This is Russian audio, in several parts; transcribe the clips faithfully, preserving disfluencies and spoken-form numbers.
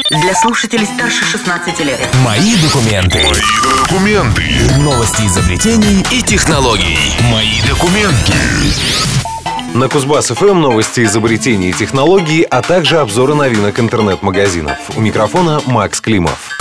Для слушателей старше шестнадцати лет. Мои документы. Мои документы. Новости изобретений И технологий. Мои документы. На Кузбасс-ФМ новости изобретений и технологий, а также обзоры новинок интернет-магазинов. У микрофона Макс Климов.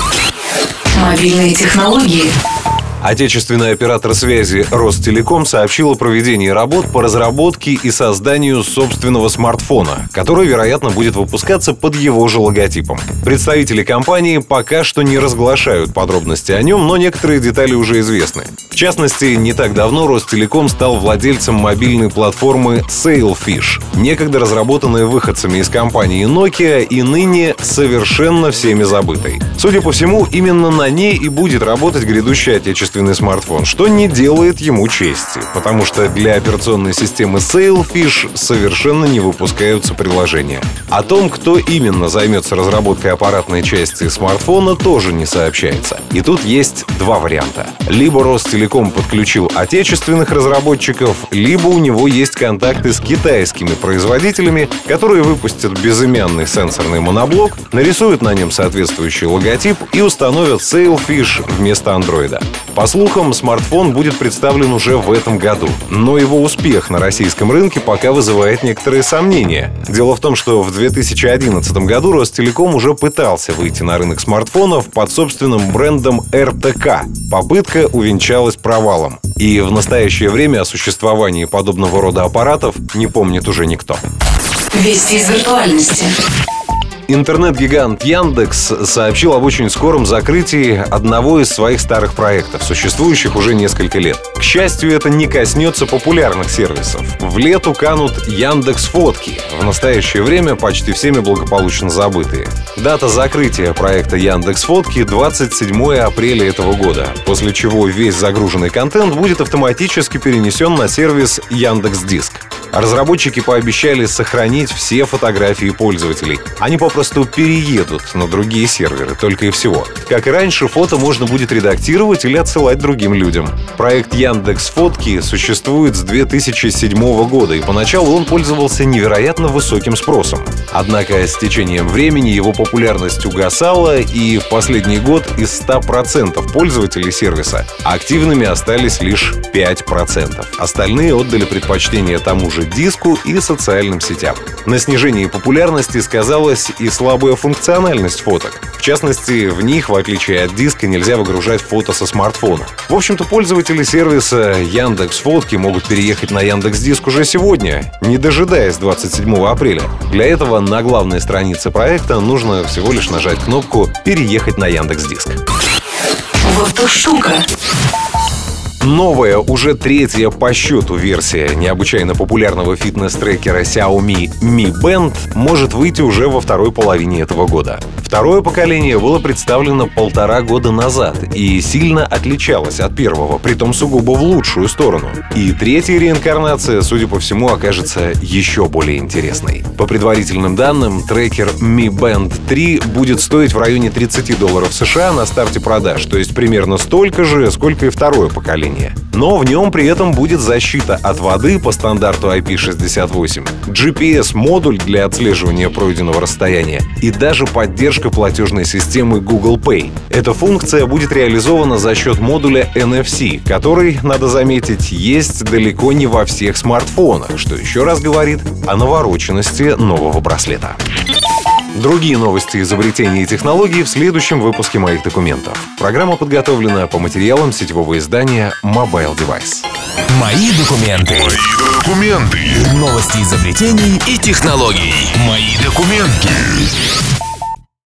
Мобильные технологии. Отечественный оператор связи Ростелеком сообщил о проведении работ по разработке и созданию собственного смартфона, который, вероятно, будет выпускаться под его же логотипом. Представители компании пока что не разглашают подробности о нем, но некоторые детали уже известны. В частности, не так давно Ростелеком стал владельцем мобильной платформы Sailfish, некогда разработанной выходцами из компании Nokia и ныне совершенно всеми забытой. Судя по всему, именно на ней и будет работать грядущий отечественный смартфон, что не делает ему чести, потому что для операционной системы Sailfish совершенно не выпускаются приложения. О том, кто именно займется разработкой аппаратной части смартфона, тоже не сообщается. И тут есть два варианта. Либо Ростелеком подключил отечественных разработчиков, либо у него есть контакты с китайскими производителями, которые выпустят безымянный сенсорный моноблок, нарисуют на нем соответствующий логотип и установят Sailfish вместо андроида. По слухам, смартфон будет представлен уже в этом году, но его успех на российском рынке пока вызывает некоторые сомнения. Дело в том, что в две тысячи одиннадцатом году Ростелеком уже пытался выйти на рынок смартфонов под собственным брендом эр тэ ка. Попытка увенчалась провалом. И в настоящее время о существовании подобного рода аппаратов не помнит уже никто. Вести из виртуальности. Интернет-гигант Яндекс сообщил об очень скором закрытии одного из своих старых проектов, существующих уже несколько лет. К счастью, это не коснется популярных сервисов. В лету канут Яндекс.Фотки, в настоящее время почти всеми благополучно забытые. Дата закрытия проекта Яндекс.Фотки — двадцать седьмое апреля этого года, после чего весь загруженный контент будет автоматически перенесен на сервис Яндекс.Диск. Разработчики пообещали сохранить все фотографии пользователей. Они попросту переедут на другие серверы, только и всего. Как и раньше, фото можно будет редактировать или отсылать другим людям. Проект Яндекс.Фотки существует с две тысячи седьмого года, и поначалу он пользовался невероятно высоким спросом. Однако с течением времени его популярность угасала, и в последний год из ста процентов пользователей сервиса активными остались лишь пять процентов. Остальные отдали предпочтение тому же диску и социальным сетям. На снижении популярности сказалась и слабая функциональность фоток. В частности, в них, в отличие от диска, нельзя выгружать фото со смартфона. В общем-то, пользователи сервиса Яндекс.Фотки могут переехать на Яндекс.Диск уже сегодня, не дожидаясь двадцать седьмого апреля. Для этого на главной странице проекта нужно всего лишь нажать кнопку «Переехать на Яндекс.Диск». Вот уж штука. Новая, уже третья по счету версия необычайно популярного фитнес-трекера Xiaomi Mi Band может выйти уже во второй половине этого года. Второе поколение было представлено полтора года назад и сильно отличалось от первого, притом сугубо в лучшую сторону. И третья реинкарнация, судя по всему, окажется еще более интересной. По предварительным данным, трекер Mi Band три будет стоить в районе тридцати долларов США на старте продаж, то есть примерно столько же, сколько и второе поколение. Но в нем при этом будет защита от воды по стандарту ай пи шестьдесят восемь, джи пи эс-модуль для отслеживания пройденного расстояния и даже поддержка платежной системы Google Pay. Эта функция будет реализована за счет модуля эн эф си, который, надо заметить, есть далеко не во всех смартфонах, что еще раз говорит о навороченности нового браслета. Другие новости изобретений и технологий в следующем выпуске «Моих документов». Программа подготовлена по материалам сетевого издания Mobile Device. Мои документы. Мои документы. Новости изобретений И технологий. Мои документы.